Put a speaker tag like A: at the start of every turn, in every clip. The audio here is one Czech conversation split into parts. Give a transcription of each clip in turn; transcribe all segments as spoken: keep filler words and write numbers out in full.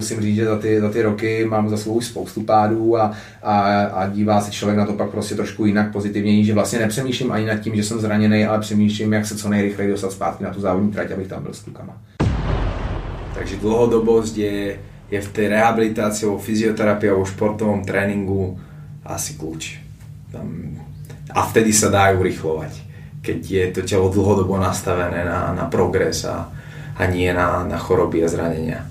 A: Musím říct, že za ty, za ty roky mám za svou spoustu pádů a, a, a dívá se člověk na to pak prostě trošku jinak, pozitivněji, že vlastně nepřemýšlím ani nad tím, že jsem zraněný, ale přemýšlím, jak se co nejrychleji dostat zpátky na tu závodní trať, abych tam byl s klukama.
B: Takže dlhodobosť je, je v tej rehabilitácii, vo fyzioterapii, vo športovom tréningu asi kľúč. Tam, a vtedy sa dá urychlovať, keď je to telo dlhodobo nastavené na, na progres a, a nie na, na choroby a zranenia.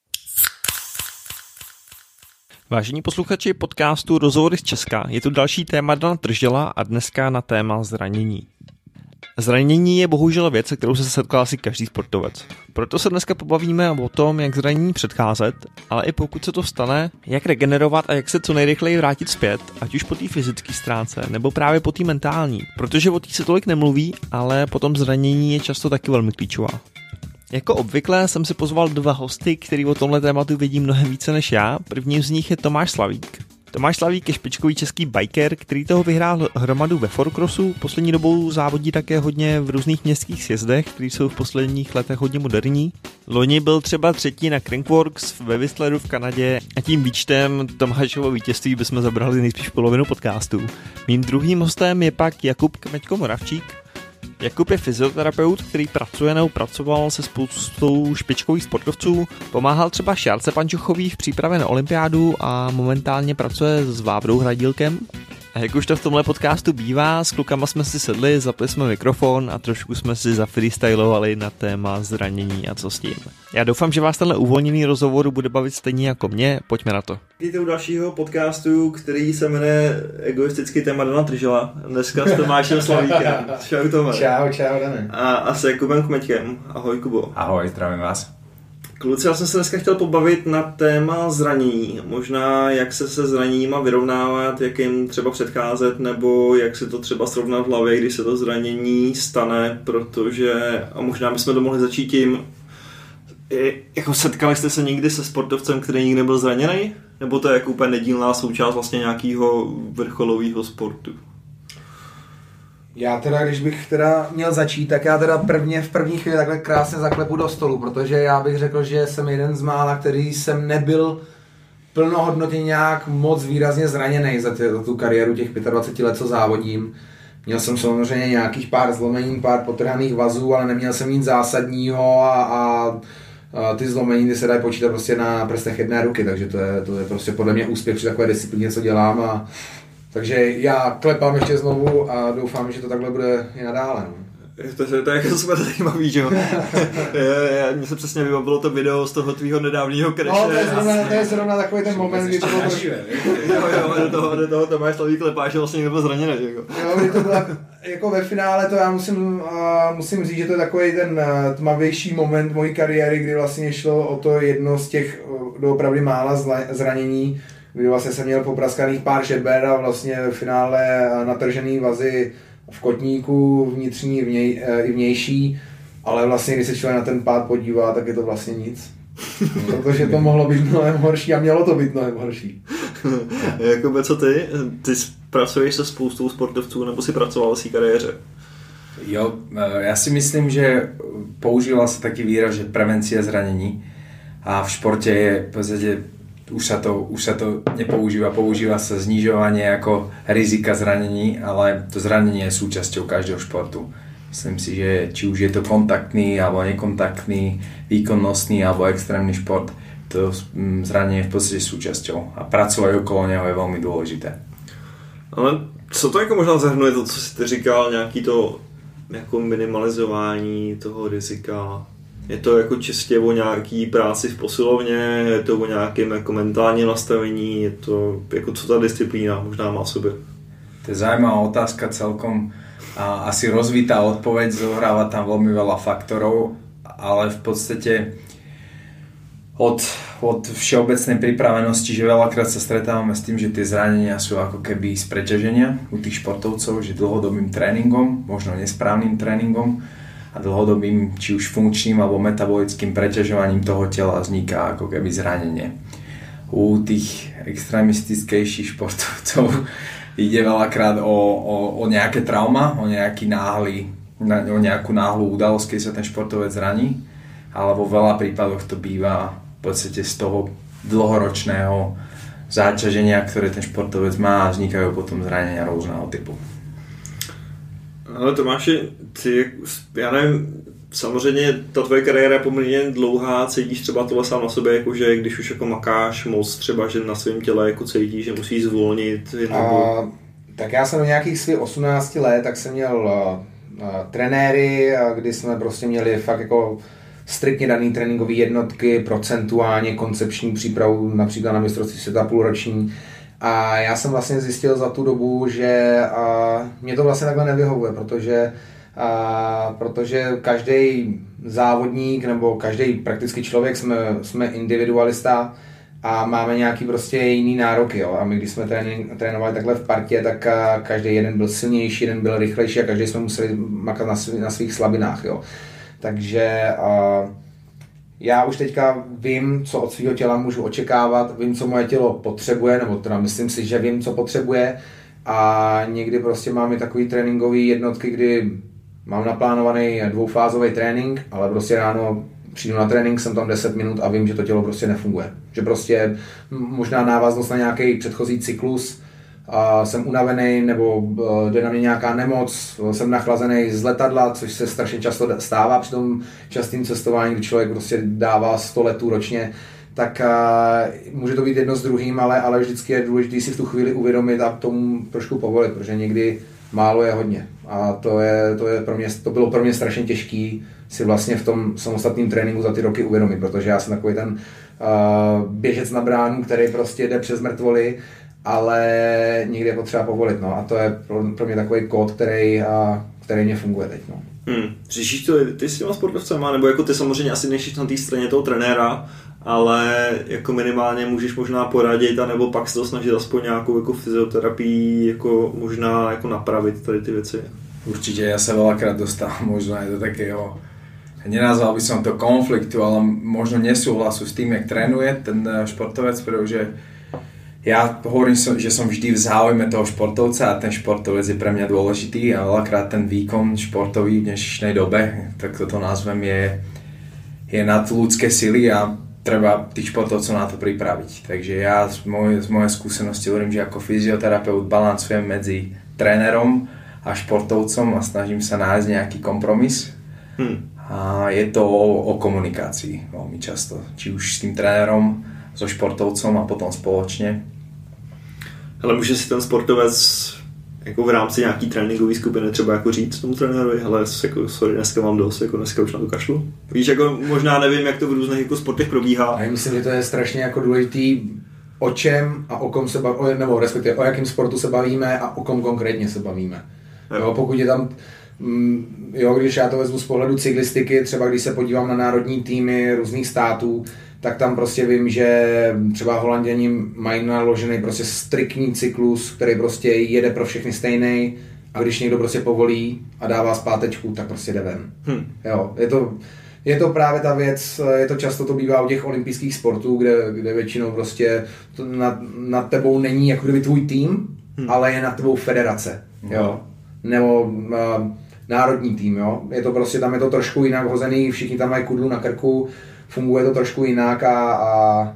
C: Vážení posluchači podcastu Rozhovory z Česka, je tu další téma Dana Tržděla a dneska na téma zranění. Zranění je bohužel věc, se kterou se setkal asi každý sportovec. Proto se dneska pobavíme o tom, jak zranění předcházet, ale i pokud se to stane, jak regenerovat a jak se co nejrychleji vrátit zpět, ať už po té fyzické stránce, nebo právě po té mentální. Protože o té se tolik nemluví, ale potom zranění je často taky velmi klíčová. Jako obvykle jsem si pozval dva hosty, který o tomhle tématu vědí mnohem více než já. Prvním z nich je Tomáš Slavík. Tomáš Slavík je špičkový český biker, který toho vyhrál hromadu ve fourcrossu. Poslední dobou závodí také hodně v různých městských sjezdech, které jsou v posledních letech hodně moderní. Loni byl třeba třetí na Crankworx ve Whistleru v Kanadě a tím výčtem Tomášovo vítězství bychom zabrali nejspíš polovinu podcastu. Mým druhým hostem je pak Jakub Kmeďko Moravčík. Jakub je fyzioterapeut, který pracuje nebo pracoval se spoustou špičkových sportovců, pomáhal třeba Šárce Pančochový v přípravě na olympiádu a momentálně pracuje s Vávdou Hradílkem. A jak už to v tomhle podcastu bývá, s klukama jsme si sedli, zapli jsme mikrofon a trošku jsme si zafreestylovali na téma zranění a co s tím. Já doufám, že vás tenhle uvolněný rozhovor bude bavit stejně jako mě, pojďme na to.
D: Vítejte u dalšího podcastu, který se jmenuje Egoistický téma Dana Tržděla. Dneska s Tomášem Slavíkem. Čau Tome.
A: Čau, čau Dane.
D: A, a s Jakubem Kmeďkem. Ahoj Kubo.
B: Ahoj, zdravím vás.
D: Kluci, já jsem se dneska chtěl pobavit na téma zranění. Možná jak se se zraněníma vyrovnávat, jak jim třeba předcházet, nebo jak si to třeba srovnat v hlavě, když se to zranění stane, protože, a možná bychom to mohli začít tím, jako setkali jste se někdy se sportovcem, který nikdy nebyl zraněný? Nebo to je jako úplně nedílná součást vlastně nějakého vrcholového sportu?
A: Já teda, když bych teda měl začít, tak já teda prvně v první chvíli takhle krásně zaklepu do stolu, protože já bych řekl, že jsem jeden z mála, který jsem nebyl plnohodnotně nějak moc výrazně zraněný za, ty, za tu kariéru těch dvacet pět let, co závodím. Měl jsem samozřejmě nějakých pár zlomení, pár potrhaných vazů, ale neměl jsem nic zásadního a, a, a ty zlomení se dají počítat prostě na prstech jedné ruky, takže to je, to je prostě podle mě úspěch při takové disciplíně, co dělám. A, takže já klepám ještě znovu a doufám, že to takhle bude i nadále. No.
D: To, to, to je jako super zajímavý, že jo? Mně se přesně vybavilo to video z toho tvýho nedávného crashe.
A: No, to je zrovna, to je zrovna takový ten moment, kdy to bylo trošku...
D: Jo, jo, do toho, do toho Tomáš Slavík klepá, že vlastně někdo byl zraněný. Jako.
A: Jo, kdy to bylo jako ve finále, to já musím, uh, musím říct, že to je takový ten uh, tmavější moment mojí kariéry, kdy vlastně šlo o to jedno z těch uh, doopravdy mála zla, zranění, kdy vlastně jsem měl popraskaných pár žeber a vlastně v finále natržený vazy v kotníku, vnitřní vněj, i vnější, ale vlastně když se člověk na ten pád podívá, tak je to vlastně nic. Protože to mohlo být mnohem horší a mělo to být mnohem horší.
D: Jakube, co ty? Ty pracuješ se spoustou sportovců nebo si pracoval v svý kariéře?
B: Jo, ja si myslím, že používal sa taký výraz, že prevencia zranení a v športe je v podstate Už sa, to, už sa to nepoužíva, používa sa znižovanie ako rizika zranení, ale to zranenie je súčasťou každého športu. Myslím si, že či už je to kontaktný, alebo nekontaktný, výkonnostný, alebo extrémny šport, to zranenie je v podstate súčasťou a pracovať okolo něho je velmi důležité.
D: Ale co to jako možná zahrnuje to, co jsi ty říkal, nějaký to jako minimalizování toho rizika? Je to jako čistě o nějaký práci v posilovně, je to o nějakém jako mentálním nastavení, je to jako co ta disciplína možná má v sobě?
B: To je zaujímavá otázka celkom. A asi rozvitá odpoveď, zohráva tam veľmi veľa faktorov, ale v podstate od, od všeobecnej pripravenosti, že veľakrát sa stretávame s tým, že tie zranenia sú ako keby z preťaženia u tých športovcov, že dlhodobým tréningom, možno nesprávnym tréningom, a dlhodobým, či už funkčným alebo metabolickým preťažovaním toho tela vzniká ako keby zranenie. U tých extrémistickejších športovcov ide veľakrát o, o, o nejaké trauma, o, nejaký náhly, o nejakú náhlu udalosť, keď sa ten športovec zraní, ale vo veľa prípadoch to býva v podstate z toho dlhoročného záťaženia, ktoré ten športovec má, a vznikajú potom zranenia rôzneho typu.
D: Ale Tomáši, ty, já nevím, samozřejmě ta tvoje kariéra je poměrně dlouhá, cítíš třeba tohle sám na sobě, jakože když už jako makáš moc třeba, že na svém těle jako cítíš, že musíš zvolnit? Nebo...
A: A, tak já jsem do nějakých svých osmnácti let, tak jsem měl a, a, trenéry, a kdy jsme prostě měli fakt jako striktně daný tréninkové jednotky, procentuálně koncepční přípravu, například na mistrovství světa půlroční. A já jsem vlastně zjistil za tu dobu, že a, mě to vlastně takhle nevyhovuje, protože, a, protože každý závodník nebo každý prakticky člověk jsme, jsme individualista a máme nějaký prostě jiný nároky. Jo. A my když jsme trénink, trénovali takhle v partě, tak a, každý jeden byl silnější, jeden byl rychlejší a každý jsme museli makat na, svý, na svých slabinách. Jo. Takže a, já už teďka vím, co od svého těla můžu očekávat, vím, co moje tělo potřebuje, nebo teda myslím si, že vím, co potřebuje, a někdy prostě mám i takový tréninkový jednotky, kdy mám naplánovaný dvoufázový trénink, ale prostě ráno přijdu na trénink, jsem tam deset minut a vím, že to tělo prostě nefunguje. Že prostě možná návaznost na nějaký předchozí cyklus, a jsem unavený, nebo jde na mě nějaká nemoc, jsem nachlazený z letadla, což se strašně často stává při tom častým cestování, kdy člověk prostě dává sto letů ročně, tak uh, může to být jedno s druhým, ale, ale vždycky je důležité si v tu chvíli uvědomit a tomu trošku povolit, protože někdy málo je hodně. A to, je, to, je pro mě, to bylo pro mě strašně těžký si vlastně v tom samostatném tréninku za ty roky uvědomit, protože já jsem takový ten uh, běžec na bránu, který prostě jde přes mrtvoly, ale někdy je potřeba povolit, no, a to je pro, pro mě takový kód, který, a, který mě funguje teď, no.
D: Hmm. Řešíš to ty s těma sportovcema, nebo jako ty samozřejmě asi nejsi na té straně toho trenéra, ale jako minimálně můžeš možná poradit, anebo pak se to snažit aspoň nějakou jako fyzioterapii jako možná jako napravit tady ty věci.
B: Určite, ja sa veľakrát dostávam možno aj do takého, nenazval by som to konfliktu, ale možno nesúhlasu s tým, jak trénuje ten športovec, pretože ja hovorím, že som vždy v záujme toho športovca a ten športovec je pre mňa dôležitý a veľakrát ten výkon športový v dnešnej dobe, tak toto nazvem, je, je nad ľudské sily a treba tých športovcov na to pripraviť. Takže ja z mojej, z mojej skúsenosti hovorím, že ako fyzioterapeut balancujem medzi trénerom a športovcom a snažím sa nájsť nejaký kompromis. Hmm. A je to o, o komunikácii veľmi často. Či už s tým trénerom, so športovcom a potom společně.
D: Ale může si ten sportovec jako v rámci nějaký tréninkové skupiny třeba jako říct tomu trenérovi, hele, jako, sorry, dneska mám dost, jako dneska už na to kašlu. Víš, jako možná nevím, jak to v různých jako sportech probíhá.
A: A já myslím, že to je strašně jako důležitý, o čem a o kom se bavíme, nebo respektive o jakém sportu se bavíme a o kom konkrétně se bavíme. Jo. Jo, pokud je tam, mm, jo, když já to vezmu z pohledu cyklistiky, třeba když se podívám na národní týmy různých států, tak tam prostě vím, že třeba Holanděni mají naložený prostě striktní cyklus, který prostě jede pro všechny stejný, a když někdo prostě povolí a dává zpátečku, tak prostě jde ven. Hmm. Jo, je to, je to právě ta věc, je to často to bývá u těch olympijských sportů, kde, kde většinou prostě to nad, nad tebou není jako kdyby tvůj tým, hmm. ale je nad tebou federace, hmm. jo, nebo uh, národní tým, jo. Je to prostě, tam je to trošku jinak hozený, všichni tam mají kudlu na krku, funguje to trošku jinak a, a,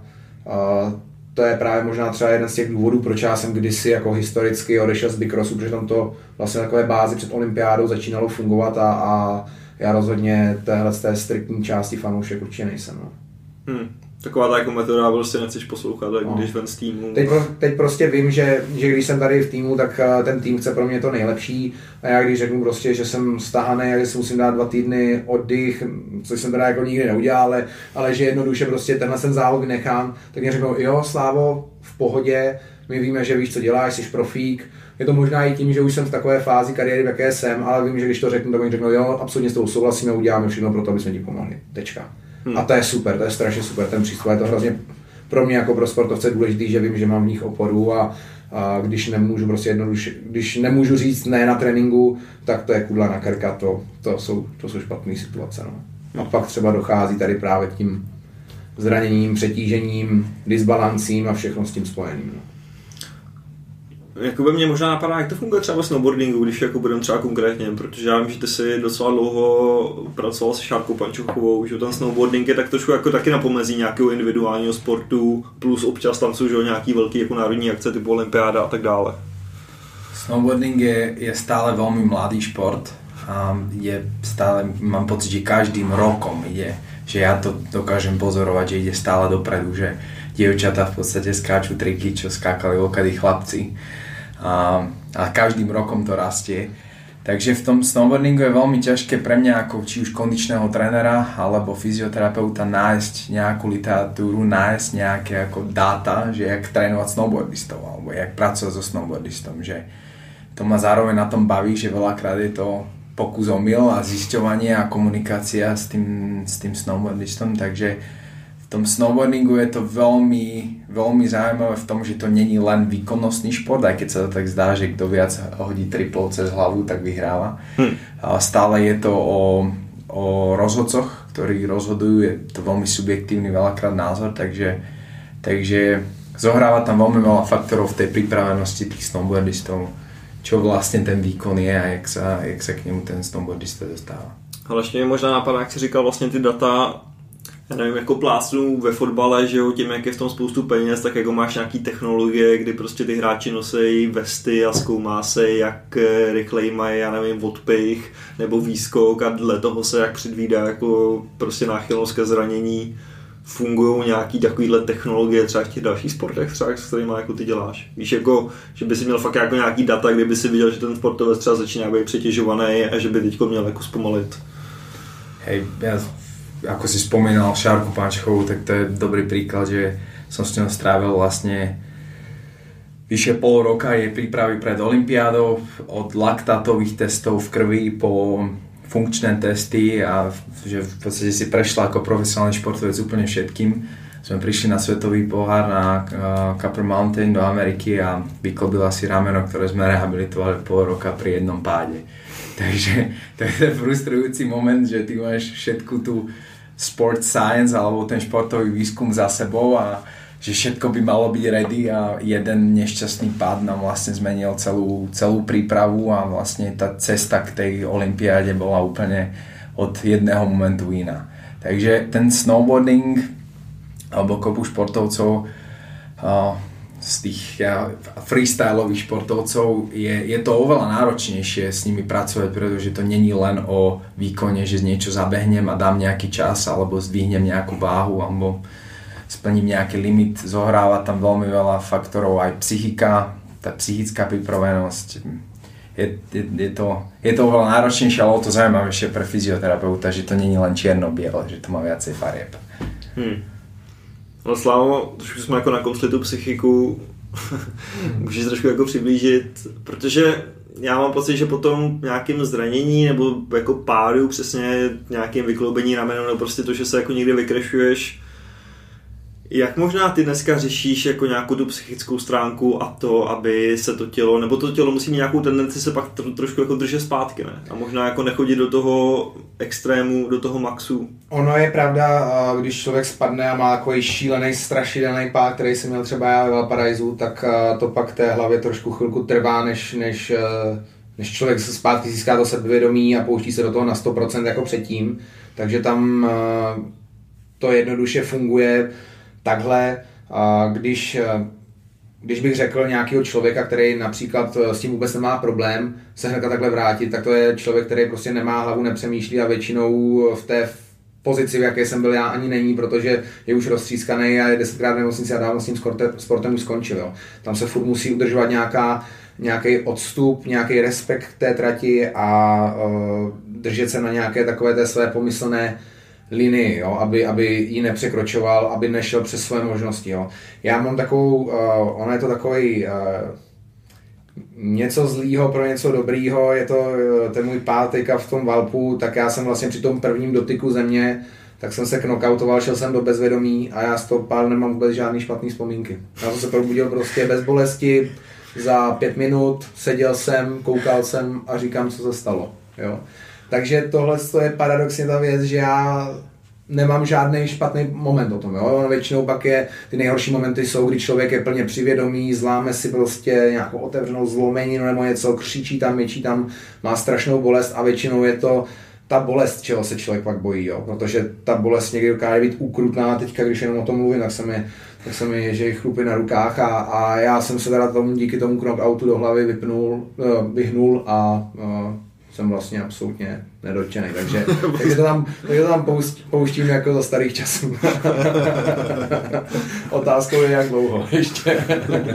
A: a to je právě možná třeba jeden z těch důvodů, proč já jsem kdysi jako historicky odešel z bikrosu, protože tam to vlastně takové bázi před olympiádou začínalo fungovat a, a já rozhodně téhle z té striktní části fanoušek určitě nejsem. No.
D: Hmm. Taková ta jako metoda, prostě nechceš poslouchat, tak no. Když ven z týmu.
A: Teď, teď prostě vím, že, že když jsem tady v týmu, tak ten tým chce pro mě to nejlepší a já když řeknu prostě, že jsem stahaný a že si musím dát dva týdny oddych, což jsem teda jako nikdy neudělal, ale, ale že jednoduše prostě tenhle ten závod vynechám, tak mě řeknou, jo Slávo, v pohodě, my víme, že víš, co děláš, jsi profík. Je to možná i tím, že už jsem v takové fázi kariéry, v jaké jsem, ale vím, že když to řeknu, tak oni řeknou, jo, absolutně s tou souhlasíme, uděláme všechno pro to, aby jsme ti pomohli. Tečka. Hmm. A to je super, to je strašně super, ten přístup, je to hrozně pro mě jako pro sportovce důležitý, že vím, že mám v nich oporu a, a když nemůžu prostě jednoduše, když nemůžu říct ne na tréninku, tak to je kudla na krka, to, to, jsou, to jsou špatné situace. No. A pak třeba dochází tady právě k tím zraněním, přetížením, disbalancím a všechno s tím spojeným. No.
D: Jakoby mě možná napadá, jak to funguje třeba ve snowboardingu, když jako budeme třeba konkrétně, protože já vím, že ty jsi docela dlouho pracoval s Šárkou Pančochovou, že ten snowboarding je tak trošku jako taky na pomezí nějakého individuálního sportu, plus občas tam jsou že, nějaký velký jako národní akce typu olympiáda a tak dále.
B: Snowboarding je, je stále veľmi mladý šport a je stále, mám pocit, že každým rokom ide, že ja to dokážem pozorovať, že ide stále dopredu, že dievčatá v podstate skáču triky, čo skákali okedy chlapci. A, a každým rokom to rastie. Takže v tom snowboardingu je veľmi ťažké pre mňa ako či už kondičného trénera alebo fyzioterapeuta nájsť nejakú literatúru, nájsť nejaké ako dáta, že jak trénovať snowboardistov alebo jak pracovať so snowboardistom. Že to ma zároveň na tom baví, že veľakrát je to pokus omyl a zisťovanie a komunikácia s tým, s tým snowboardistom, takže v tom snowboardingu je to veľmi, veľmi zaujímavé v tom, že to není len výkonnostný šport, aj keď sa to tak zdá, že kto viac hodí triplov cez hlavu, tak vyhráva. Hm. Ale stále je to o, o rozhodcoch, ktorí rozhodujú, je to veľmi subjektívny veľakrát názor, takže, takže zohráva tam veľmi veľa faktorov v tej pripravenosti tých snowboardistov, čo vlastne ten výkon je a jak sa, jak sa k němu ten snowboardista dostává.
D: Ale ještě mě možná napadá, jak jsi říkal, vlastně ty data, já nevím, jako plásnu ve fotbale, že jo, tím, jak je v tom spoustu peněz, tak jako máš nějaký technologie, kdy prostě ty hráči nosejí vesty a zkoumá se, jak rychleji mají, já nevím, odpych nebo výskok a dle toho se jak předvídá jako prostě náchylnost ke zranění. Fungují nějaký takovýhle technologie třeba v těch dalších sportech, třeba s kterýma jako ty děláš. Víš, jako, že by si měl fakt jako nějaký data, kdyby si viděl, že ten sportovec třeba začíná být přetěžovaný a že by teďko měl jako zpomalit.
B: Hej, ja, ako si spomínal Šárku Pančochovú, tak to je dobrý príklad, že som s ňou strávil vlastne vyše pol roka jej prípravy pred olympiádou, od laktátových testov v krvi po funkčné testy a že v podstate si prešla ako profesionálny športovec úplne všetkým. Sme prišli na svetový pohár na Copper Mountain do Ameriky a vyklobila si rameno, ktoré sme rehabilitovali pol roka pri jednom páde. Takže to je ten frustrujúci moment, že ty máš všetku tú sport science alebo ten športový výskum za sebou a že všetko by malo byť ready a jeden nešťastný pád nám vlastne zmenil celú, celú prípravu a vlastne tá cesta k tej olympiáde bola úplne od jedného momentu iná. Takže ten snowboarding alebo kopu športovcov uh, z tých ja, freestylových športovcov je, je to oveľa náročnejšie s nimi pracovať, pretože to není len o výkone, že niečo zabehnem a dám nejaký čas alebo zdvihnem nejakú váhu alebo splním nejaký limit, zohráva tam veľmi veľa faktorov, aj psychika, tá psychická pripravenosť. Je, je, je, to, je to oveľa náročnejšie, ale o to zaujímavejšie pre fyzioterapeuta, že to není len čierno-biele, že to má viacej farieb.
D: Hmm. No Slávo, trošku jsme jako nakousli tu psychiku, můžeš trošku jako přiblížit, protože já mám pocit, že po tom nějakým zranění nebo jako pádu, přesně nějakým vykloubení ramenu, nebo prostě to, že se jako někde vykrešuješ, jak možná ty dneska řešíš jako nějakou tu psychickou stránku a to, aby se to tělo, nebo to tělo musí mít nějakou tendenci se pak tro, trošku jako držet zpátky, ne? A možná jako nechodit do toho extrému, do toho maxu.
A: Ono je pravda, když člověk spadne a má takový šílený, strašidelný pád, který jsem měl třeba já ve Valparaisu, tak to pak té hlavě trošku chvilku trvá, než, než, než člověk se zpátky získá to sebevědomí a pouští se do toho na sto procent jako předtím. Takže tam to jednoduše funguje takhle, když, když bych řekl nějakého člověka, který například s tím vůbec nemá problém se hnedka takhle vrátit, tak to je člověk, který prostě nemá hlavu, nepřemýšlí a většinou v té pozici, v jaké jsem byl já, ani není, protože je už roztřískaný a je desetkrát v nemocnici a dávno s tím sportem už skončil. Jo. Tam se furt musí udržovat nějaká, nějaký odstup, nějaký respekt k té trati a uh, držet se na nějaké takové té své pomyslné linii, jo, aby, aby ji nepřekročoval, aby nešel přes své možnosti. Jo. Já mám takovou, uh, ono je to takový uh, něco zlýho pro něco dobrýho, je to uh, ten můj pád teďka v tom Valpu, tak já jsem vlastně při tom prvním dotyku země, tak jsem se knockoutoval, šel jsem do bezvědomí a já z toho pádu nemám vůbec žádný špatný vzpomínky. Já jsem se probudil prostě bez bolesti, za pět minut seděl jsem, koukal jsem a říkám, co se stalo. Jo. Takže tohle je paradoxně ta věc, že já nemám žádný špatný moment o tom, jo. Ono většinou pak je, ty nejhorší momenty jsou, kdy člověk je plně přivědomý, zláme si prostě nějakou otevřenou zlomeninu nebo něco, křičí tam, měčí tam, má strašnou bolest a většinou je to ta bolest, čeho se člověk pak bojí, jo. Protože ta bolest někdy dokáže být ukrutná, teďka když jenom o tom mluvím, tak se mi, tak se mi ježí chlupy na rukách a, a já jsem se teda tomu, díky tomu knockoutu do hlavy vypnul, vyhnul a jsem vlastně absolutně nedotčený, takže, takže to tam, takže to tam pouštím, pouštím jako za starých časů. Otázkou je, jak dlouho ještě.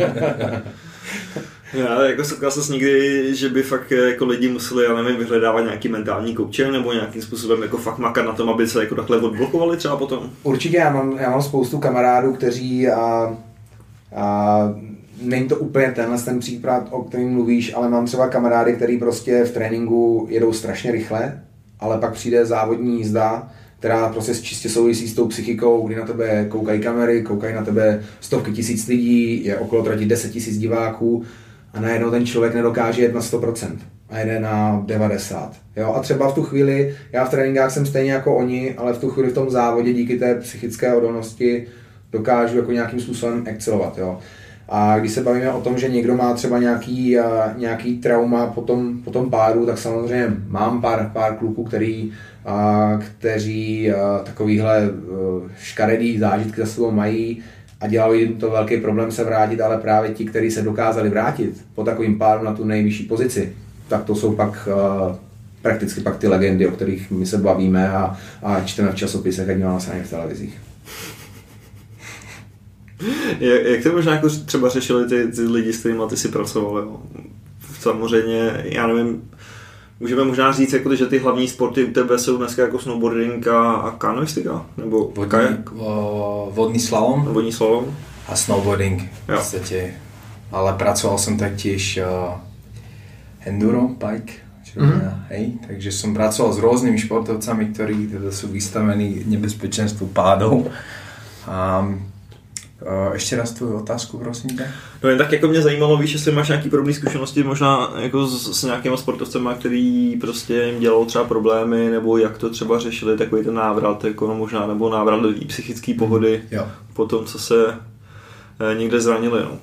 D: Já jako setkal jsem nikdy, že by fakt jako lidi museli, já nevím, vyhledávat nějaký mentální kouče nebo nějakým způsobem jako fakt makat na tom, aby se jako takhle odblokovali třeba potom?
A: Určitě, já mám, já mám spoustu kamarádů, kteří a, a není to úplně tenhle ten příklad, o kterém mluvíš, ale mám třeba kamarády, který prostě v tréninku jedou strašně rychle, ale pak přijde závodní jízda, která prostě čistě souvisí s tou psychikou, kdy na tebe koukají kamery, koukají na tebe stovky tisíc lidí, je okolo trati deset tisíc diváků a najednou ten člověk nedokáže jet na sto procent a jede na devadesát procent. Jo? A třeba v tu chvíli, já v tréninkách jsem stejně jako oni, ale v tu chvíli v tom závodě díky té psychické odolnosti dokážu jako nějakým způsobem excelovat. Jo? A když se bavíme o tom, že někdo má třeba nějaký, nějaký trauma po tom, po tom pádu, tak samozřejmě mám pár, pár kluků, který, kteří takovýhle škaredý zážitky za sebou mají a dělalo jim to velký problém se vrátit, ale právě ti, kteří se dokázali vrátit po takovým pádu na tu nejvyšší pozici, tak to jsou pak prakticky pak ty legendy, o kterých my se bavíme a, a čteme v časopisech, ať máme se v televizích.
D: Jak to možná jako třeba řešili ty, ty lidi, s kterými ty si pracoval? Jo? Samozřejmě, já nevím, můžeme možná říct, jako, že ty hlavní sporty u tebe jsou dneska jako snowboarding a, a kanoistika? Nebo
B: vodní, kajak? Vodní slalom.
D: Vodní slalom.
B: A snowboarding v podstate. Ale pracoval som taktiež uh, enduro bike. Mm-hmm. Hej, takže som pracoval s rôznymi športovcami, ktorí teda sú vystavení nebezpečenstvu pádov. Um, Ještě raz tu otázku, prosím tě.
D: No jen tak jako mě zajímalo, víš, jestli máš nějaký podobné zkušenosti možná jako s, s nějakýma sportovcema, který prostě jim dělalo třeba problémy, nebo jak to třeba řešili, takový ten návrat, jako no možná, nebo návrat do psychické pohody
B: jo.
D: Po tom, co se eh, někde zranili. No.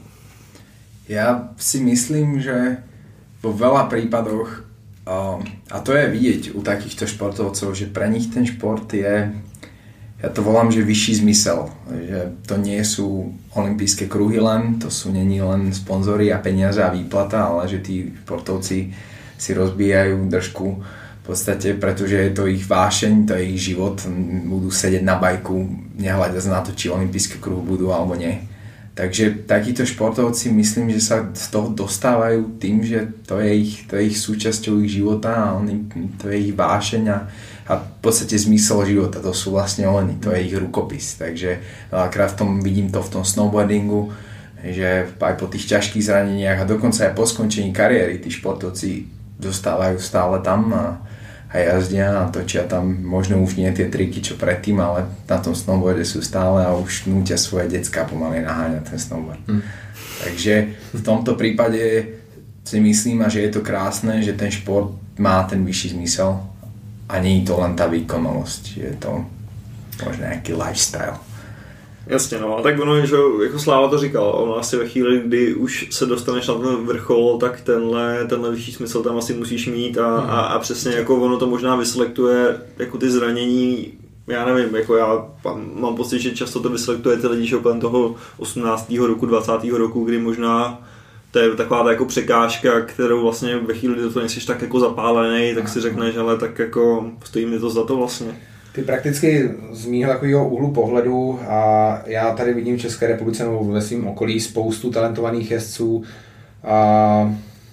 B: Ja si myslím, že vo veľa prípadoch, uh, a to je vidieť u takýchto športovcov, že pre nich ten šport je, ja to volám, že vyšší zmysel, že to nie sú olympijské kruhy len, to sú není len sponzory a peniaze a výplata, ale že tí športovci si rozbijajú držku v podstate, pretože je to ich vášeň, to je ich život, budú sedieť na bajku, nehľadať na to, či olympijské kruhy budú alebo nie. Takže takíto športovci myslím, že sa z toho dostávajú tým, že to je ich, to je ich súčasťou ich života a oni, to je ich vášeň a a v podstate zmysel života, to sú vlastne oni, to je ich rukopis, takže veľakrát v tom vidím to v tom snowboardingu, že aj po tých ťažkých zraneniach a dokonca aj po skončení kariéry tí športovci dostávajú stále tam a, a jazdia a točia tam možno už nie tie triky, čo predtým, ale na tom snowboarde sú stále a už nútia svoje decká pomaly naháňať ten snowboard. Hmm. Takže v tomto prípade si myslím, že je to krásne, že ten šport má ten vyšší zmysel. A není to len tá výkonnosť, je to možná nejaký lifestyle.
D: Jasně, no, a tak ono, že jako Sláva to říkal, ono asi ve chvíli, kdy už se dostaneš na ten vrchol, tak tenhle, tenhle vyšší smysl tam asi musíš mít a, hmm. a, a přesně jako ono to možná vyselektuje jako ty zranění, já nevím, jako já mám pocit, že často to vyselektuje ty lidi, že kolem toho osmnáctého roku, dvacátého roku, kdy možná to je taková ta jako překážka, kterou vlastně ve chvíli, kdy to nejsi tak jako zapálený, tak si řekneš, ale tak jako stojí mi to za to vlastně.
A: Ty prakticky z mýho takového úhlu pohledu a já tady vidím v České republice nebo ve svém okolí spoustu talentovaných jezdců, a,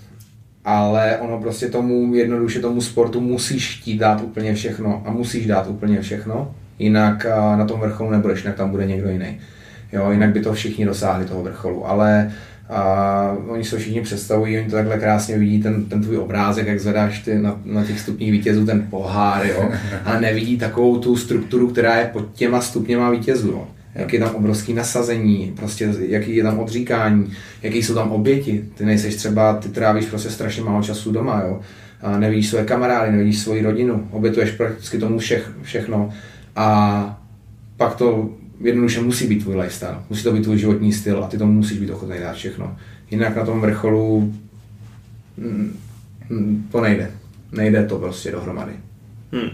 A: ale ono prostě tomu jednoduše tomu sportu musíš chtít dát úplně všechno a musíš dát úplně všechno, jinak na tom vrcholu nebudeš, jinak tam bude někdo jiný. Jo, jinak by to všichni dosáhli toho vrcholu, ale a oni se všichni představují, oni to takhle krásně vidí, ten, ten tvůj obrázek, jak zvedáš ty na, na těch stupních vítězů ten pohár, jo, a nevidí takovou tu strukturu, která je pod těma stupněma vítězů, jo. Jak je tam obrovský nasazení, prostě jaký je tam odříkání, jaký jsou tam oběti, ty nejseš třeba, ty trávíš prostě strašně málo času doma, jo, a nevidíš své kamarády, nevidíš svoji rodinu, obětuješ prakticky tomu všech, všechno a pak to jednoduše musí být tvůj lifestyle, musí to být tvůj životní styl a ty tomu musíš být ochotný dát všechno. Jinak na tom vrcholu mm, mm, to nejde. Nejde to prostě dohromady. Hmm.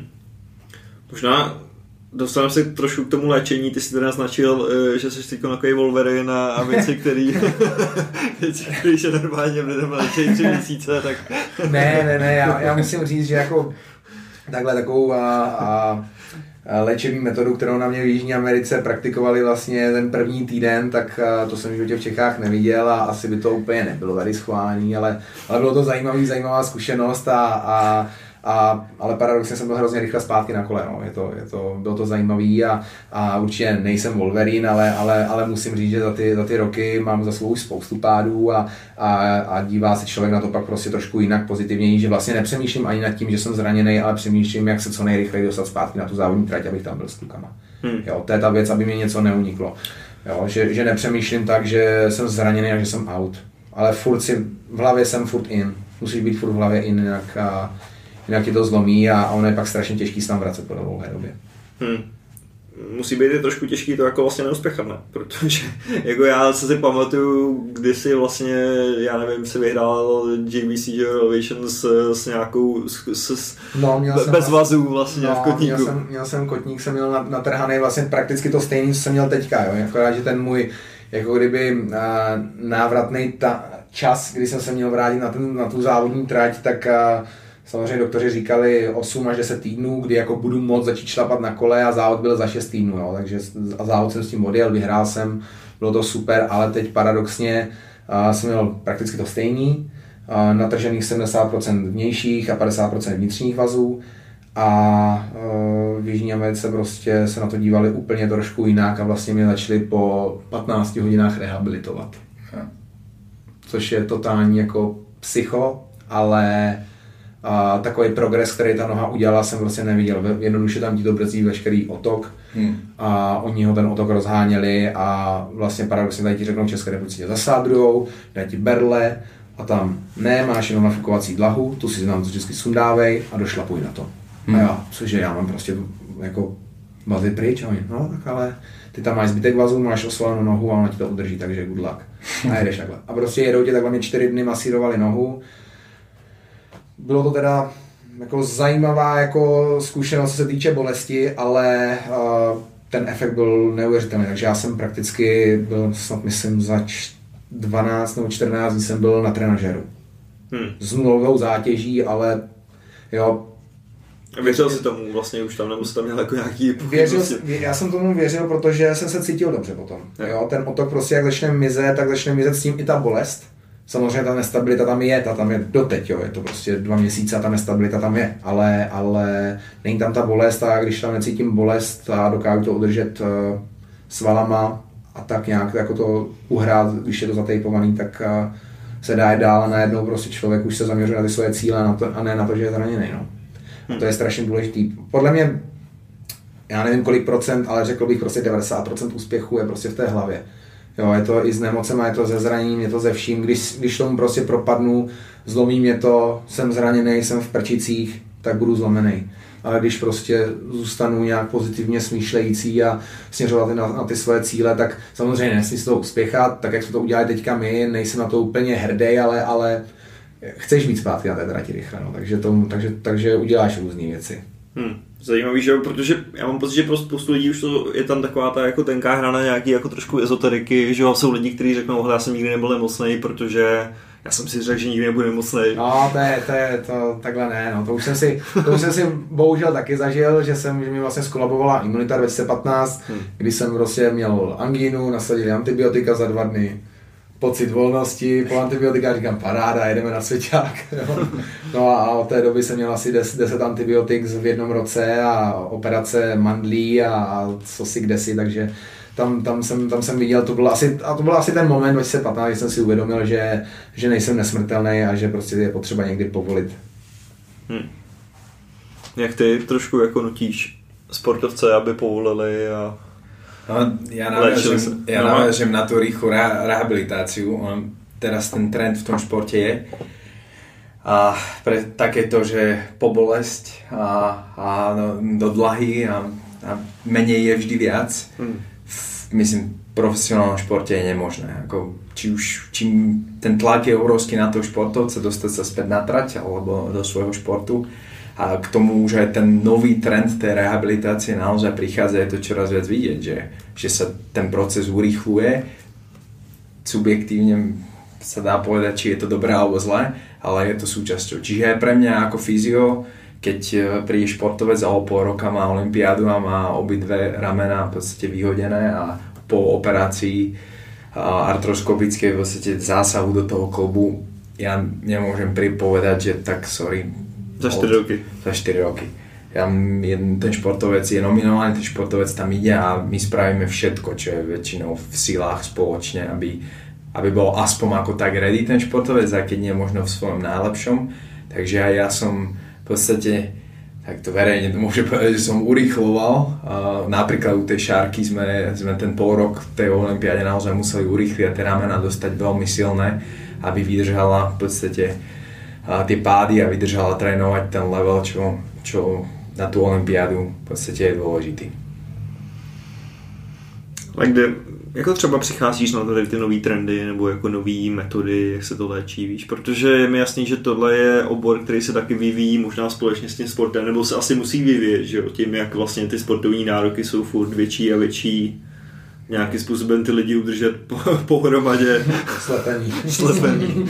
D: Možná dostaneme se trošku k tomu léčení. Ty jsi teda naznačil, že jsi teď takový Wolverine a věci, který věci, který se normálně budeme léčit tři měsíce, tak...
A: Ne, ne, ne, já, já musím říct, že jako takhle takovou a, a léčební metodu, kterou na mě v Jižní Americe praktikovali vlastně ten první týden, tak to jsem v životě v Čechách neviděl a asi by to úplně nebylo tady schválený, ale, ale bylo to zajímavý, zajímavá zkušenost a, a, a ale paradoxně jsem byl hrozně rychle zpátky na kole, no. je to, je to, bylo to zajímavý a, a určitě nejsem Wolverine, ale, ale, ale musím říct, že za ty, za ty roky mám za svou spoustu pádů a, a, a dívá se člověk na to pak prostě trošku jinak pozitivněji, že vlastně nepřemýšlím ani nad tím, že jsem zraněný, ale přemýšlím, jak se co nejrychleji dostat zpátky na tu závodní trať, abych tam byl s klukama. Hmm. Jo, to je ta věc, aby mi něco neuniklo. Jo, že, že nepřemýšlím tak, že jsem zraněný a že jsem out. Ale furt si, v hlavě jsem furt in. Musíš být furt v hlavě in, jinak, a, jinak ti to zlomí a, a ono je pak strašně těžký se tam vracet po dlouhé době. Hmm.
D: Musí být i trošku těžký to jako vlastně neuspěchat, ne? Protože jako já se si pamatuju, kdysi vlastně, já nevím, si vyhrál J B C Elevation s, s nějakou, s, s,
A: no, měl
D: bez
A: jsem
D: vazů vlastně
A: no,
D: v kotníku.
A: Měl jsem, měl jsem kotník, jsem měl natrhaný vlastně prakticky to stejný, co jsem měl teďka, jo? Akorát, že ten můj, jako kdyby uh, návratný ta, čas, kdy jsem se měl vrátit na, ten, na tu závodní trať, tak uh, samozřejmě doktoři říkali osm až deset týdnů, kdy jako budu moct začít šlapat na kole a závod byl za šest týdnů, jo. Takže a závod jsem s tím odjel, vyhrál jsem, bylo to super, ale teď paradoxně uh, jsem měl prakticky to stejný, uh, natržených sedmdesát procent vnějších a padesát procent vnitřních vazů a uh, v Jižní Americe prostě se na to dívali úplně trošku jinak a vlastně mě začali po patnácti hodinách rehabilitovat. Což je totální jako psycho, ale a takový progres, který ta noha udělala, jsem prostě neviděl. Jednoduše tam ti to brzdí veškerý otok hmm. a oni ho ten otok rozháněli a vlastně paradoxně tady ti řeknou v České republice zasádrujou, dají ti berle a tam ne, máš jenom nafukovací dlahu, tu si nám to vždycky sundávej a došlapuj na to. Hmm. A já, cože já mám prostě jako vazy pryč a oni, no tak ale ty tam máš zbytek vazů, máš osvalenou nohu a ona ti to udrží, takže good luck. A jedeš takhle. A prostě jedou tě takhle, mě čtyři dny masírovali nohu. Bylo to teda jako zajímavá jako zkušenost, co se týče bolesti, ale uh, ten efekt byl neuvěřitelný, takže já jsem prakticky byl, snad myslím, za dvanáct nebo čtrnáct dní jsem byl na trenažeru. Hmm. S nulovou zátěží, ale jo.
D: A věřil jsi tomu vlastně už tam, nebo jsi tam měl jako nějaký
A: věřil, já jsem tomu věřil, protože jsem se cítil dobře potom. Jo, ten otok prostě jak začne mizet, tak začne mizet s tím i ta bolest. Samozřejmě ta nestabilita tam je, ta tam je doteď, jo, je to prostě dva měsíce a ta nestabilita tam je, ale, ale není tam ta bolest a když tam necítím bolest a dokážu to udržet uh, svalama a tak nějak jako to uhrát, když je to zatejpovaný, tak uh, se dá jít dál a najednou prostě člověk už se zaměřuje na ty svoje cíle na to, a ne na to, že je zraněný, no. A to je strašně důležitý. Podle mě, já nevím kolik procent, ale řekl bych prostě devadesát procent úspěchu je prostě v té hlavě. Jo, je to i s nemocema, je to ze zraněním, je to ze vším. Když, když tomu prostě propadnu, zlomí mě to, jsem zraněný, jsem v prčicích, tak budu zlomený. Ale když prostě zůstanu nějak pozitivně smýšlející a směřovat na, na ty svoje cíle, tak samozřejmě nesmí z toho uspěchat, tak jak jsme to udělali teďka my, nejsem na to úplně hrdý, ale, ale chceš být zpátky na té trati rychle, no. takže, to, takže, takže uděláš různé věci.
D: Hmm. Zajímavý, že protože já mám pocit, že pro spoustu lidí už to je tam taková ta jako tenká hra na nějaký jako trošku ezoteriky, že jsou lidi, kteří řeknou, já jsem nikdy nebyl nemocnej, protože já jsem si řekl, že nikdy nebudu nemocnej.
A: No, to je, to je, to takhle ne, no, to už jsem si, to už jsem si bohužel taky zažil, že jsem, že mi vlastně skolabovala imunita dva tisíce patnáct, hmm. kdy jsem prostě měl angínu, nasadili antibiotika za dva dny, pocit volnosti, po antibiotika říkám paráda, jedeme na svěťák. No a od té doby jsem měl asi deset antibiotik v jednom roce a operace mandlí a, a co si kdesi, takže tam, tam, jsem, tam jsem viděl, to bylo asi, a to byl asi ten moment dva tisíce patnáct, kdy jsem si uvědomil, že, že nejsem nesmrtelný a že prostě je potřeba někdy povolit. Hmm.
D: Jak ty trošku jako nutíš sportovce, aby povolili a
B: no, ja navážem, ja navážem na tú rýchlu rehabilitáciu. On, teraz ten trend v tom športe je. A pre takéto, že pobolesť a, a no, do dlahy a a menej je vždy viac.
D: Hmm.
B: Myslím, v profesionálnom športe je nemožné. Ako, či už, čím ten tlak je obrovský na toho športovca dostať sa späť na trať alebo do svojho športu. A k tomu už aj ten nový trend tej rehabilitácie naozaj prichádza, je to čoraz viac vidieť, že, že sa ten proces urýchluje. Subjektívne sa dá povedať, či je to dobré alebo zlé, ale je to súčasťou. Čiže aj pre mňa ako fyzio, keď príde športovec a o pol roka má olympiádu a má obidve ramená v podstate vyhodené a po operácii artroskopickej v podstate zásahu do toho klobu, ja nemôžem pripovedať, že tak sorry.
D: Za štyri roky.
B: Za štyri roky. Ja, ten športovec je nominovaný, ten športovec tam ide a my spravíme všetko, čo je väčšinou v silách spoločne, aby, aby bol aspoň ako tak ready ten športovec, aj keď nie možno v svojom najlepšom. Takže aj ja som v podstate, tak to verejne môžem povedať, že som urýchloval. Napríklad u tej šárky sme, sme ten pol rok v tej olympiáde naozaj museli urýchliť a tie ramená dostať veľmi silné, aby vydržala v podstate tie pády a vydržala trénovať ten level, čo, čo na tú olympiádu v podstate je dôležitý.
D: A kde, jako třeba přicházíš na tady ty nový trendy nebo jako nový metody, jak se to léčí, víš? Protože je mi jasný, že tohle je obor, který se taky vyvíjí možná společně s tím sportem, nebo se asi musí vyvíjet, že jo? Tím, jak vlastně ty sportovní nároky jsou furt větší a větší, nějakým způsobem ty lidi udržet po, pohromadě.
A: Slepení.
D: Slepení.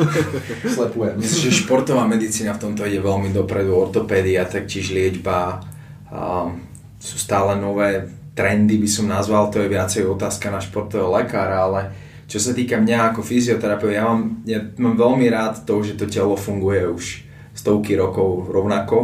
A: Slepuje.
B: Myslím, že športová medicína v tomto ide veľmi dopredu, ortopédia, taktiež liečba. Um, sú stále nové trendy, by som nazval, to je viacej otázka na športového lekára, ale čo sa týka mňa ako fyzioterapeuta, ja mám, ja mám veľmi rád to, že to telo funguje už stovky rokov rovnako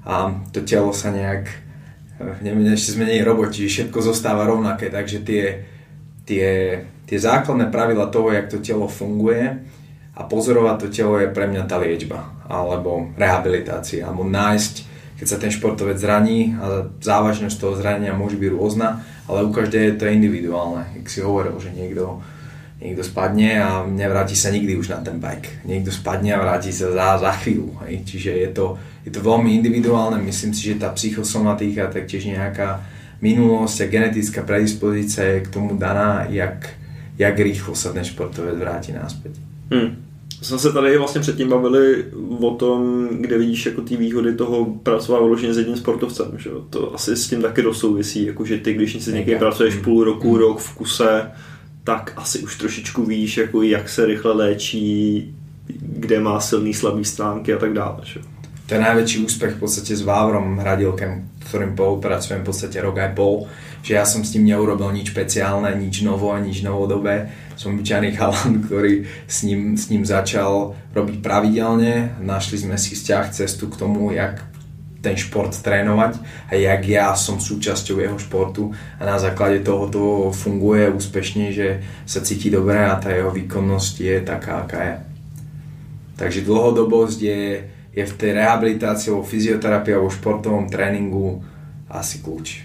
B: a to telo sa nejak neviem, ešte sme nie roboti, všetko zostáva rovnaké, takže tie, tie, tie základné pravidla toho, jak to telo funguje a pozorovať to telo je pre mňa tá liečba alebo rehabilitácia, alebo nájsť, keď sa ten športovec zraní a závažnosť toho zranenia môže byť rôzna, ale u každej je to individuálne, jak si hovoril, že niekto Niekto spadne a nevráti sa nikdy už na ten bike. Niekto spadne a vráti sa za, za chvíľu. Hej. Čiže je to, je to veľmi individuálne. Myslím si, že tá psychosomatika, taktiež nejaká minulosť a genetická predispozícia je k tomu daná, jak, jak rýchlo sa ten športovec vráti naspäť.
D: Hmm. Jsme se tady vlastně předtím bavili o tom, kde vidíš jako ty výhody toho pracovat vyloženě s jedním sportovcem. Že? To asi s tím taky dosouvisí, jakože ty, když s někým pracuješ půl roku, hmm. rok v kuse, tak asi už trošičku víš, jako jak se rychle léčí, kde má silný, slabý stránky a tak dále. Že?
B: To je najväčší úspech v podstate s Vávrom Hradilkem, ktorým spolupracujem v podstate rok aj pol, že ja som s tým neurobil nič špeciálne, nič novo, nič novodobé. Som obyčajný chalan, ktorý s ním, s ním začal robiť pravidelne. Našli sme si vzťah, cestu k tomu, jak ten šport trénovať a jak ja som súčasťou jeho športu a na základe toho to funguje úspešne, že sa cíti dobre a tá jeho výkonnosť je taká, aká je. Takže dlhodobosť je, je v tej rehabilitácii, vo fyzioterapii a vo športovom tréningu asi kľúč.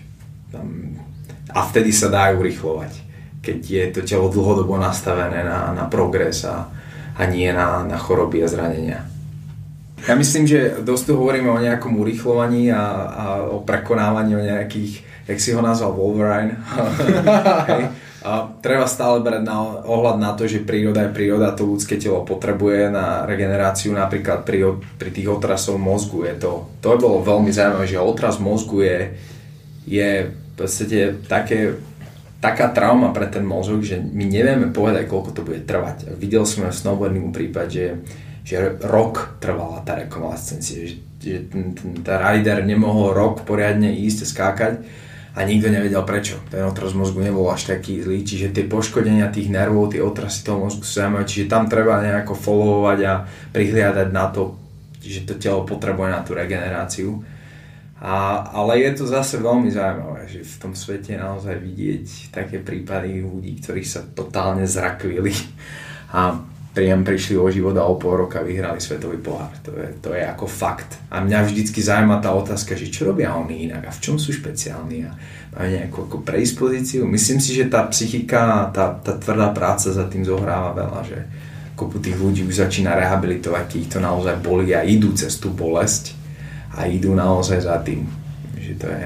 B: A vtedy sa dá urýchlovať, keď je to telo dlhodobo nastavené na, na progres a, a nie na, na choroby a zranenia. Ja myslím, že dosť tu hovoríme o nejakom urýchlovaní a, a o prekonávaní, o nejakých, jak si ho nazval, Wolverine. Hej. A treba stále brať na, ohľad na to, že príroda je príroda, to ľudské telo potrebuje na regeneráciu, napríklad pri, pri tých otrasov mozgu. Je to, to bolo veľmi zaujímavé, že otras mozgu je, je v podstate také, taká trauma pre ten mozog, že my nevieme povedať, koľko to bude trvať. Videl som v snowboardingu prípad, že že rok trvala tá rekonvalescencia, že, že ten, ten, tá rider nemohol rok poriadne ísť a skákať a nikto nevedel prečo. Ten otras mozgu nebol až taký zlý, čiže tie poškodenia tých nervov, tie otrasy toho mozgu sú zaujímavé, čiže tam treba nejako followovať a prihliadať na to, že to telo potrebuje na tú regeneráciu. A, ale je to zase veľmi zaujímavé, že v tom svete naozaj vidieť také prípady ľudí, ktorí sa totálne zrakvili a príjem prišli o život a o pol roka vyhrali svetový pohár. To je, to je ako fakt. A mňa vždycky zaujíma tá otázka, že čo robia oni inak a v čom sú špeciálni a majú nejakú ako predispozíciu. Myslím si, že tá psychika, tá, tá tvrdá práca za tým zohráva veľa, že kopu tých ľudí už začína rehabilitovať, keď ich to naozaj bolí a idú cez tú bolesť a idú naozaj za tým. Že to je,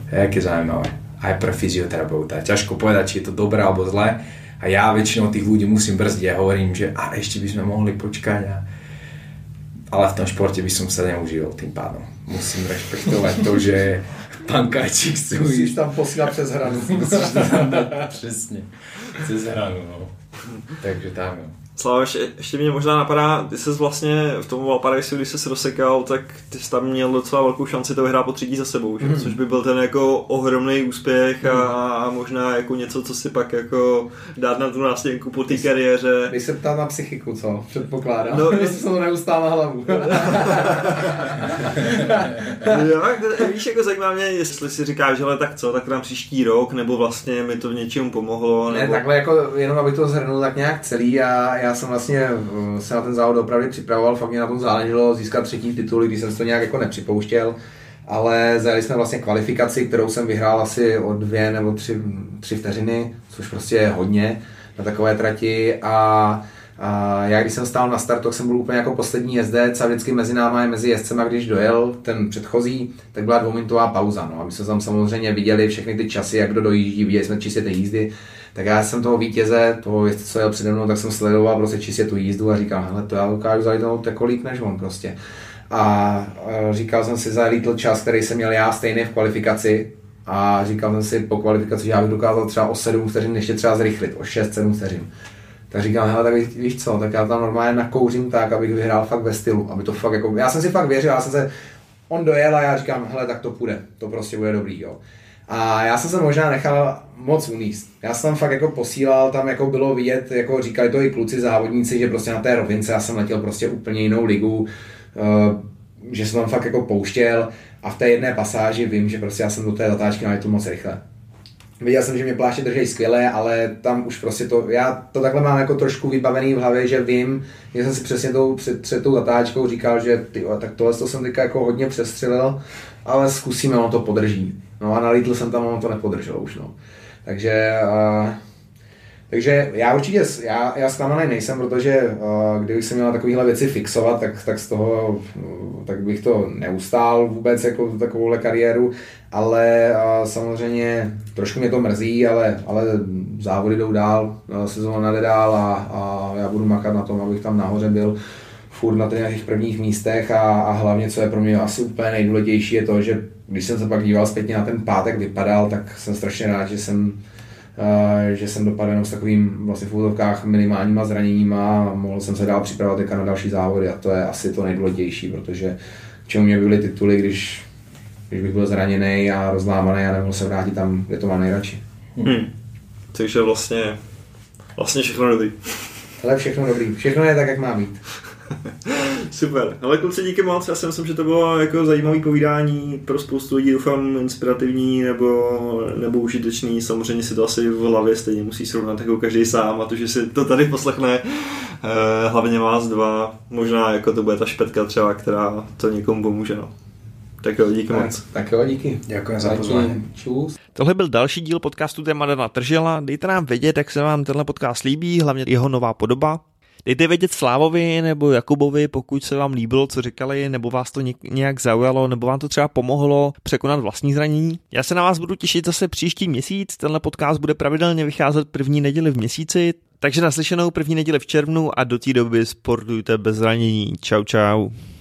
B: Jaké zaujímavé. Aj pre fyzioterapeuta. Ťažko povedať, či je to dobré alebo zlé. A ja väčšinou tých ľudí musím brzdiť a hovorím, že a ešte by sme mohli počkať. A... Ale v tom športe by som sa neužil tým pádom. Musím rešpektovať to, že pán Kajčík chce
A: Musíš ísť tam posílať přes hranu.
B: Musíš tam dať přesne. Cez hranu, no. Takže tam, jo.
D: Slava, ještě, ještě mě možná napadá, ty ses vlastně v tom Valparaisu, když ses rozsekal, tak ty jsi tam měl docela velkou šanci to vyhrát po třetí za sebou, že? Mm. Což by byl ten jako ohromný úspěch a, a možná jako něco, co si pak jako dát na tu nástěnku po té kariéře.
A: Když se ptá na psychiku, co? Předpokládám.
D: No,
A: jestli se to neustál na hlavu.
D: Jo, víš, jako zajímá mě, jestli si říkáš, že ale tak co, tak tam příští rok, nebo vlastně mi to v něčem pomohlo. Nebo...
A: Ne, takhle jako jenom abych to zhrnul tak nějak celý a já jsem vlastně se na ten závod opravdu připravoval, fakt mě na tom záleželo získat třetí titul, když jsem to nějak jako nepřipouštěl, ale zajeli jsme vlastně kvalifikaci, kterou jsem vyhrál asi o dvě nebo tři, tři vteřiny, což prostě je hodně na takové trati a A já když jsem stál na start, tak jsem byl úplně jako poslední jezdec a vždycky mezi náma je mezi jezdcema, když dojel ten předchozí, tak byla dvouminutová pauza. No. A my jsme tam samozřejmě viděli všechny ty časy, jak kdo dojíždí, viděli jsme čistě ty jízdy. Tak já jsem toho vítěze, toho jezdce, co jel přede mnou, tak jsem sledoval prostě čistě tu jízdu a říkal, hele, to já dokážu zalítnout jako líp než on prostě. A, a říkal jsem si, zalítl čas, který jsem měl já stejný v kvalifikaci. A říkal jsem si po kvalifikaci, že já bych dokázal třeba o sedm vteřin ještě třeba zrychlit, o šest sedm vteřin. Tak říkám, hele, tak víš co, tak já tam normálně nakouřím tak, abych vyhrál fakt ve stylu, aby to fakt jako, já jsem si fakt věřil, já jsem se, on dojel a já říkám, hele, tak to půjde, to prostě bude dobrý, jo. A já jsem se možná nechal moc uníst. Já jsem tam fakt jako posílal, tam jako bylo vidět, jako říkali to i kluci závodníci, že prostě na té rovince já jsem letěl prostě úplně jinou ligu, uh, že jsem tam fakt jako pouštěl a v té jedné pasáži vím, že prostě já jsem do té zatáčky naletěl moc rychle. Viděl jsem, že mě pláště drží skvěle, ale tam už prostě to, já to takhle mám jako trošku vybavený v hlavě, že vím, že jsem si přesně tou, před, před tou zatáčkou říkal, že ty, tak tohle to jsem teďka jako hodně přestřelil, ale zkusíme, ono to podrží. No a nalítl jsem tam, ono to nepodrželo už, no. Takže, uh, takže já určitě, já, já zklamaný nejsem, protože uh, kdybych se měl takovéhle věci fixovat, tak, tak z toho, uh, tak bych to neustál vůbec jako takovouhle kariéru, ale uh, samozřejmě trošku mě to mrzí, ale, ale závody jdou dál, sezóna jde dál a, a já budu makat na tom, abych tam nahoře byl furt na těch prvních místech a, a hlavně, co je pro mě asi úplně nejdůležitější, je to, že když jsem se pak díval zpětně na ten pátek vypadal, tak jsem strašně rád, že jsem Uh, že jsem dopadl jenom s takovým vlastně v úvodovkách minimálníma zraněníma a mohl jsem se dál připravovat na další závody a to je asi to nejdůležitější, protože k čemu mě byly tituly, když, když bych byl zraněný a rozlámaný a nemohl se vrátit tam, kde to mám nejradši.
D: Hmm. Takže vlastně, vlastně všechno dobrý.
A: Ale všechno dobrý, všechno je tak, jak má být.
D: Super, ale kluci, díky moc, já si myslím, že to bylo jako zajímavé povídání pro spoustu lidí, doufám inspirativní nebo, nebo užitečný, samozřejmě si to asi v hlavě stejně musí srovnat jako každý sám a to, že si to tady poslechne eh, hlavně vás dva, možná jako to bude ta špetka třeba, která to někomu pomůže, no. Tak jo, díky tak, moc.
A: Tak jo, díky.
B: Děkuji za pozvání.
A: Čus.
C: Tohle byl další díl podcastu Téma Dana Tržela. Dejte nám vědět, jak se vám tenhle podcast líbí, hlavně jeho nová podoba. Dejte vědět Slávovi nebo Jakubovi, pokud se vám líbilo, co říkali, nebo vás to nějak zaujalo, nebo vám to třeba pomohlo překonat vlastní zranění. Já se na vás budu těšit zase příští měsíc, tenhle podcast bude pravidelně vycházet první neděli v měsíci, takže naslyšenou první neděli v červnu a do té doby sportujte bez zranění. Čau, čau.